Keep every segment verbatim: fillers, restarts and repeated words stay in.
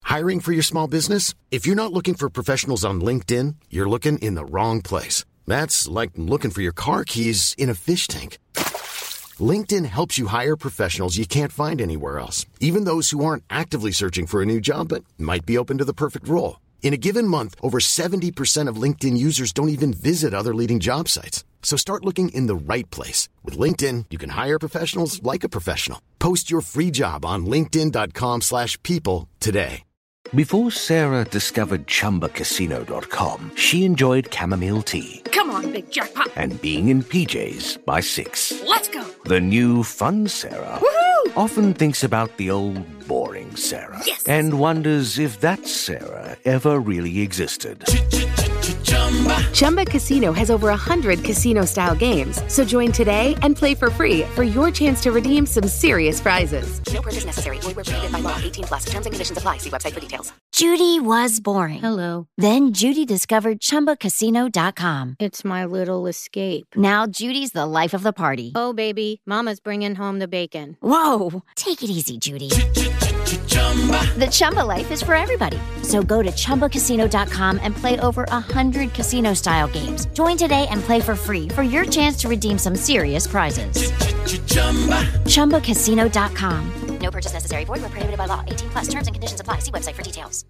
Hiring for your small business? If you're not looking for professionals on LinkedIn, you're looking in the wrong place. That's like looking for your car keys in a fish tank. LinkedIn helps you hire professionals you can't find anywhere else, even those who aren't actively searching for a new job but might be open to the perfect role. In a given month, over seventy percent of LinkedIn users don't even visit other leading job sites. So start looking in the right place. With LinkedIn, you can hire professionals like a professional. Post your free job on linkedin dot com slash people today. Before Sarah discovered Chumba Casino dot com, she enjoyed chamomile tea. Come on, big jackpot. And being in P Js by six. Let's go. The new fun Sarah Woohoo! often thinks about the old boring Sarah. Yes. And wonders if that Sarah ever really existed. Chumba Casino has over one hundred casino-style games. So join today and play for free for your chance to redeem some serious prizes. No purchase necessary. Void where prohibited by law. eighteen plus. Terms and conditions apply. See website for details. Judy was boring. Hello. Then Judy discovered Chumba Casino dot com. It's my little escape. Now Judy's the life of the party. Oh, baby, mama's bringing home the bacon. Whoa, take it easy, Judy. The Chumba life is for everybody. So go to Chumba Casino dot com and play over one hundred casino-style games. Join today and play for free for your chance to redeem some serious prizes. Chumba Casino dot com. No purchase necessary. Void where prohibited by law. eighteen plus. Terms and conditions apply. See website for details.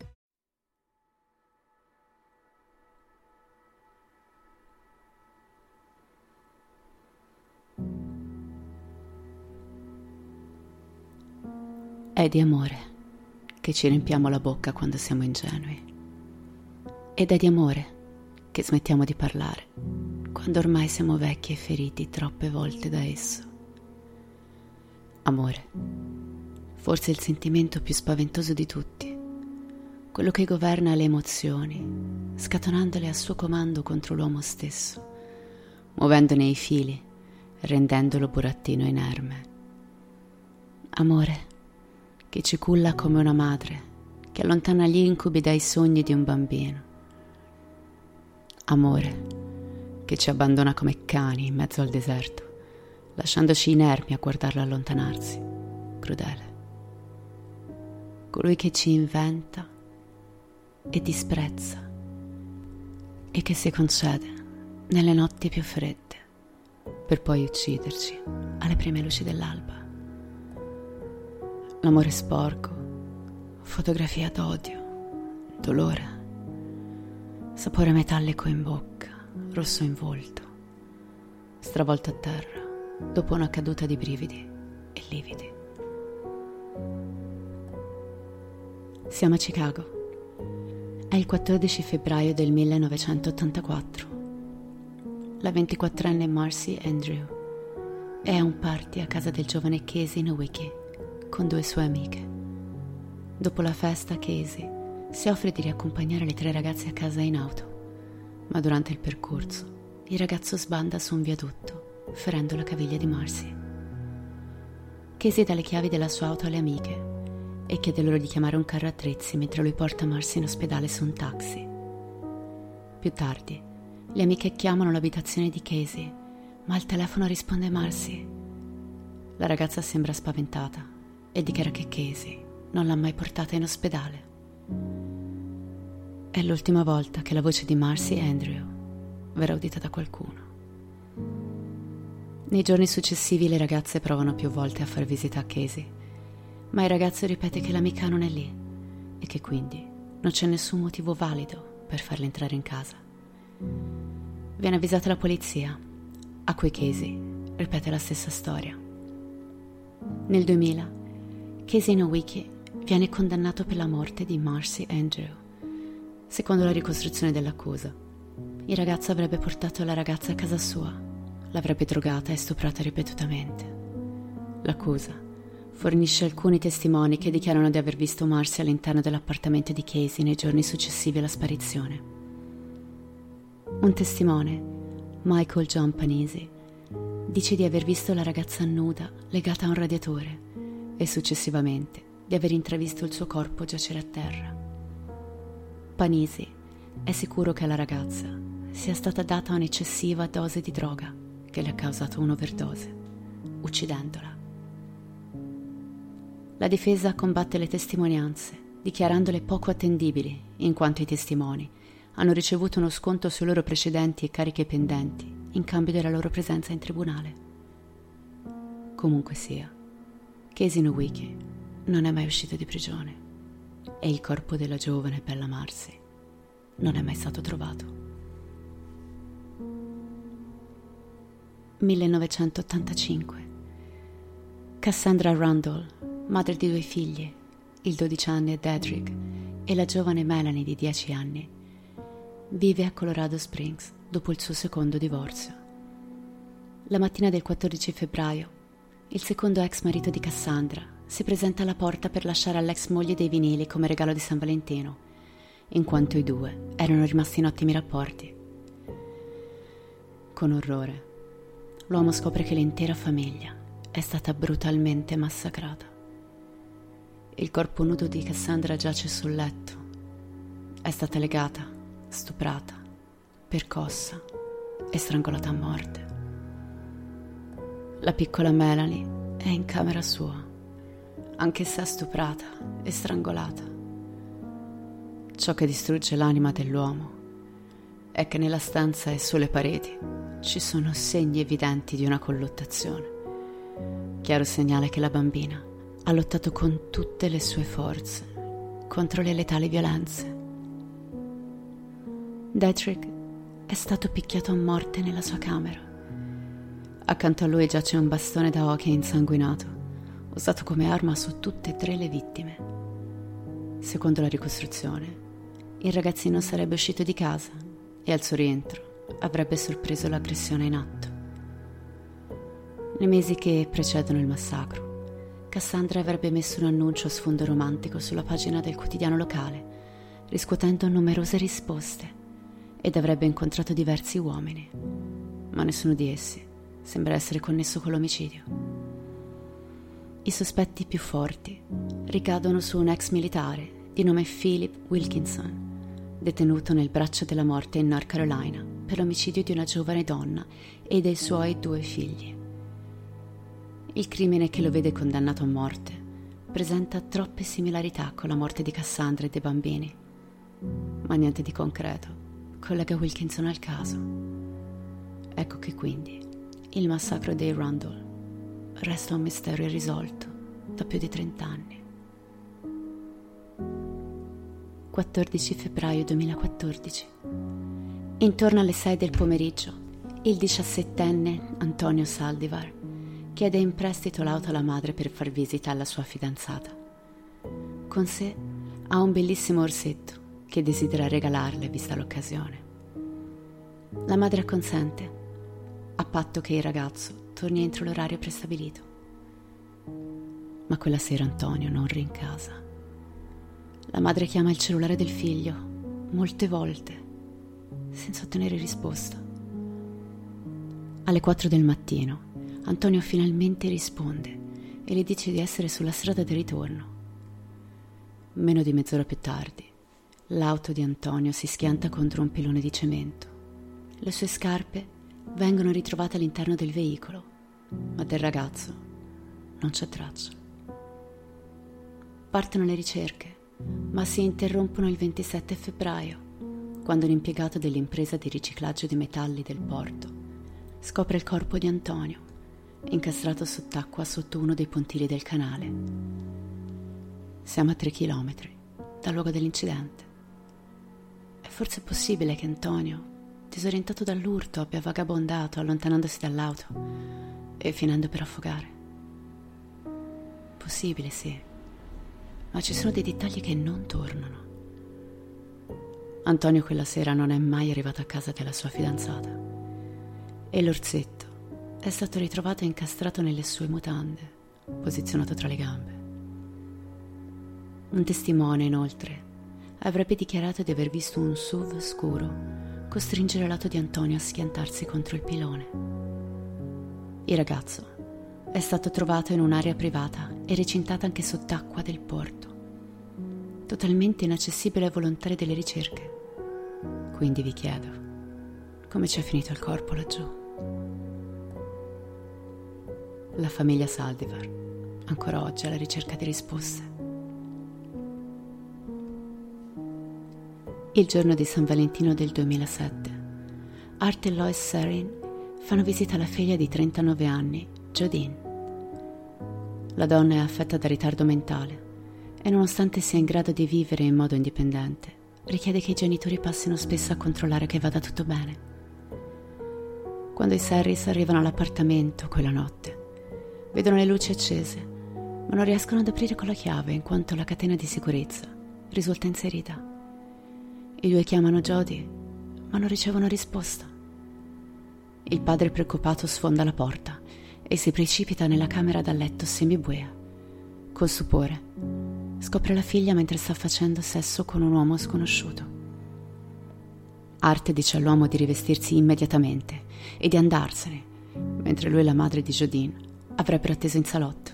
È di amore che ci riempiamo la bocca quando siamo ingenui. Ed è di amore che smettiamo di parlare quando ormai siamo vecchi e feriti troppe volte da esso. Amore, forse il sentimento più spaventoso di tutti, quello che governa le emozioni, scatenandole a suo comando contro l'uomo stesso, muovendone i fili, rendendolo burattino inerme. Amore, che ci culla come una madre, che allontana gli incubi dai sogni di un bambino. Amore, che ci abbandona come cani in mezzo al deserto, lasciandoci inermi a guardarlo allontanarsi, crudele. Colui che ci inventa e disprezza e che si concede nelle notti più fredde per poi ucciderci alle prime luci dell'alba. L'amore sporco, fotografia d'odio, dolore, sapore metallico in bocca, rosso in volto, stravolto a terra dopo una caduta di brividi e lividi. Siamo a Chicago. È il quattordici febbraio del millenovecentottantaquattro. La ventiquattrenne Marcy Andrew è a un party a casa del giovane Casey Nowicki con due sue amiche. Dopo la festa Casey si offre di riaccompagnare le tre ragazze a casa in auto, ma durante il percorso il ragazzo sbanda su un viadotto, ferendo la caviglia di Marcy. Casey dà le chiavi della sua auto alle amiche e chiede loro di chiamare un carro attrezzi mentre lui porta Marcy in ospedale su un taxi. Più tardi le amiche chiamano l'abitazione di Casey, ma al telefono risponde Marcy. La ragazza sembra spaventata e dichiara che Casey non l'ha mai portata in ospedale. È l'ultima volta che la voce di Marcy Andrew verrà udita da qualcuno. Nei giorni successivi le ragazze provano più volte a far visita a Casey, ma il ragazzo ripete che l'amica non è lì e che quindi non c'è nessun motivo valido per farla entrare in casa. Viene avvisata la polizia, a cui Casey ripete la stessa storia. Nel duemila Casey Nowicki viene condannato per la morte di Marcy Andrew. Secondo la ricostruzione dell'accusa, il ragazzo avrebbe portato la ragazza a casa sua, l'avrebbe drogata e stuprata ripetutamente. L'accusa fornisce alcuni testimoni che dichiarano di aver visto Marcy all'interno dell'appartamento di Casey nei giorni successivi alla sparizione. Un testimone, Michael John Panisi, dice di aver visto la ragazza nuda legata a un radiatore e successivamente di aver intravisto il suo corpo giacere a terra. Panisi è sicuro che alla ragazza sia stata data un'eccessiva dose di droga che le ha causato un'overdose, uccidendola. La difesa combatte le testimonianze, dichiarandole poco attendibili, in quanto i testimoni hanno ricevuto uno sconto sui loro precedenti e cariche pendenti in cambio della loro presenza in tribunale. Comunque sia, Casey Nowicki non è mai uscito di prigione e il corpo della giovane Bella Marcy non è mai stato trovato. millenovecentottantacinque. Cassandra Rundle, madre di due figli, il dodicenne Dedrick e la giovane Melanie di dieci anni, vive a Colorado Springs dopo il suo secondo divorzio. La mattina del quattordici febbraio, il secondo ex marito di Cassandra si presenta alla porta per lasciare all'ex moglie dei vinili come regalo di San Valentino, in quanto i due erano rimasti in ottimi rapporti. Con orrore, l'uomo scopre che l'intera famiglia è stata brutalmente massacrata. Il corpo nudo di Cassandra giace sul letto. È stata legata, stuprata, percossa e strangolata a morte. La piccola Melanie è in camera sua, anch'essa stuprata e strangolata. Ciò che distrugge l'anima dell'uomo è che nella stanza e sulle pareti ci sono segni evidenti di una colluttazione. Chiaro segnale che la bambina ha lottato con tutte le sue forze contro le letali violenze. Dedrick è stato picchiato a morte nella sua camera. Accanto a lui giace un bastone da hockey insanguinato, usato come arma su tutte e tre le vittime. Secondo la ricostruzione, il ragazzino sarebbe uscito di casa e al suo rientro avrebbe sorpreso l'aggressione in atto. Nei mesi che precedono il massacro, Cassandra avrebbe messo un annuncio a sfondo romantico sulla pagina del quotidiano locale, riscuotendo numerose risposte, ed avrebbe incontrato diversi uomini, ma nessuno di essi sembra essere connesso con l'omicidio. I sospetti più forti ricadono su un ex militare di nome Philip Wilkinson, detenuto nel braccio della morte in North Carolina per l'omicidio di una giovane donna e dei suoi due figli. Il crimine che lo vede condannato a morte presenta troppe similarità con la morte di Cassandra e dei bambini, ma niente di concreto collega Wilkinson al caso. Ecco che quindi il massacro dei Rundle resta un mistero irrisolto da più di trent'anni. quattordici febbraio duemilaquattordici. Intorno alle sei del pomeriggio, il diciassettenne Antonio Saldivar chiede in prestito l'auto alla madre per far visita alla sua fidanzata. Con sé ha un bellissimo orsetto che desidera regalarle vista l'occasione. La madre acconsente, a patto che il ragazzo torni entro l'orario prestabilito. Ma quella sera Antonio non rincasa. La madre chiama il cellulare del figlio molte volte, senza ottenere risposta. Alle quattro del mattino, Antonio finalmente risponde e le dice di essere sulla strada del ritorno. Meno di mezz'ora più tardi, l'auto di Antonio si schianta contro un pilone di cemento. Le sue scarpe vengono ritrovate all'interno del veicolo, ma del ragazzo non c'è traccia. Partono le ricerche, ma si interrompono il ventisette febbraio, quando un impiegato dell'impresa di riciclaggio di metalli del porto scopre il corpo di Antonio, incastrato sott'acqua sotto uno dei pontili del canale. Siamo a tre chilometri dal luogo dell'incidente. È forse possibile che Antonio, disorientato dall'urto, abbia vagabondato allontanandosi dall'auto e finendo per affogare? Possibile, sì, ma ci sono dei dettagli che non tornano. Antonio quella sera non è mai arrivato a casa della sua fidanzata e l'orsetto è stato ritrovato incastrato nelle sue mutande, posizionato tra le gambe. Un testimone, inoltre, avrebbe dichiarato di aver visto un S U V scuro costringere l'auto di Antonio a schiantarsi contro il pilone. Il ragazzo è stato trovato in un'area privata e recintata anche sott'acqua del porto, totalmente inaccessibile ai volontari delle ricerche. Quindi vi chiedo, come c'è finito il corpo laggiù? La famiglia Saldivar ancora oggi alla ricerca di risposte. Il giorno di San Valentino del duemilasette, Art e Lois Sarin fanno visita alla figlia di trentanove anni, Jodine. La donna è affetta da ritardo mentale e, nonostante sia in grado di vivere in modo indipendente, richiede che i genitori passino spesso a controllare che vada tutto bene. Quando i Sarris arrivano all'appartamento quella notte, vedono le luci accese, ma non riescono ad aprire con la chiave in quanto la catena di sicurezza risulta inserita. I due chiamano Jody, ma non ricevono risposta. Il padre preoccupato sfonda la porta e si precipita nella camera da letto semibuia. Col stupore, scopre la figlia mentre sta facendo sesso con un uomo sconosciuto. Art dice all'uomo di rivestirsi immediatamente e di andarsene, mentre lui e la madre di Jodine avrebbero atteso in salotto.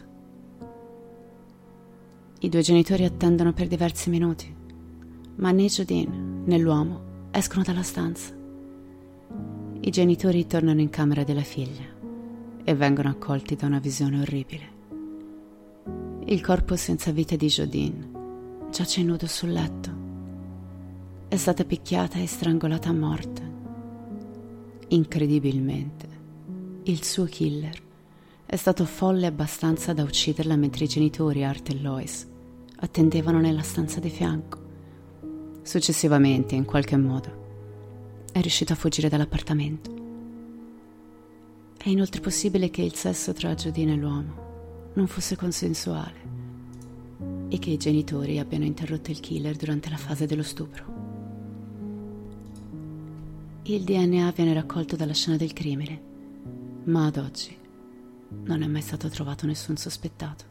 I due genitori attendono per diversi minuti, ma né Jodine né l'uomo escono dalla stanza. I genitori tornano in camera della figlia e vengono accolti da una visione orribile. Il corpo senza vita di Jodine giace nudo sul letto. È stata picchiata e strangolata a morte. Incredibilmente, il suo killer è stato folle abbastanza da ucciderla mentre i genitori, Art e Lois, attendevano nella stanza di fianco. Successivamente, in qualche modo, è riuscito a fuggire dall'appartamento. È inoltre possibile che il sesso tra Jodine e l'uomo non fosse consensuale e che i genitori abbiano interrotto il killer durante la fase dello stupro. Il D N A viene raccolto dalla scena del crimine, ma ad oggi non è mai stato trovato nessun sospettato.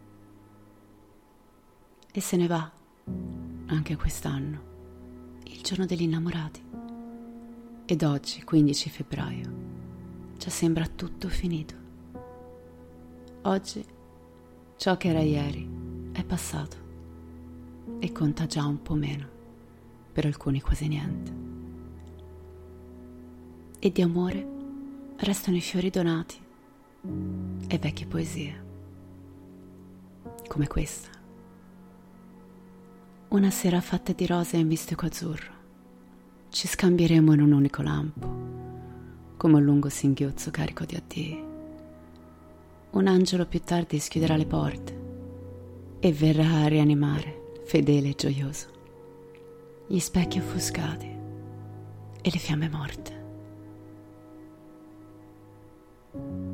E se ne va, anche quest'anno, il giorno degli innamorati. Ed oggi, quindici febbraio, già sembra tutto finito. Oggi, ciò che era ieri è passato e conta già un po' meno, per alcuni quasi niente. E di amore restano i fiori donati e vecchie poesie, come questa. Una sera fatta di rose e mistico azzurro, ci scambieremo in un unico lampo, come un lungo singhiozzo carico di addii. Un angelo più tardi schiuderà le porte e verrà a rianimare, fedele e gioioso, gli specchi offuscati e le fiamme morte.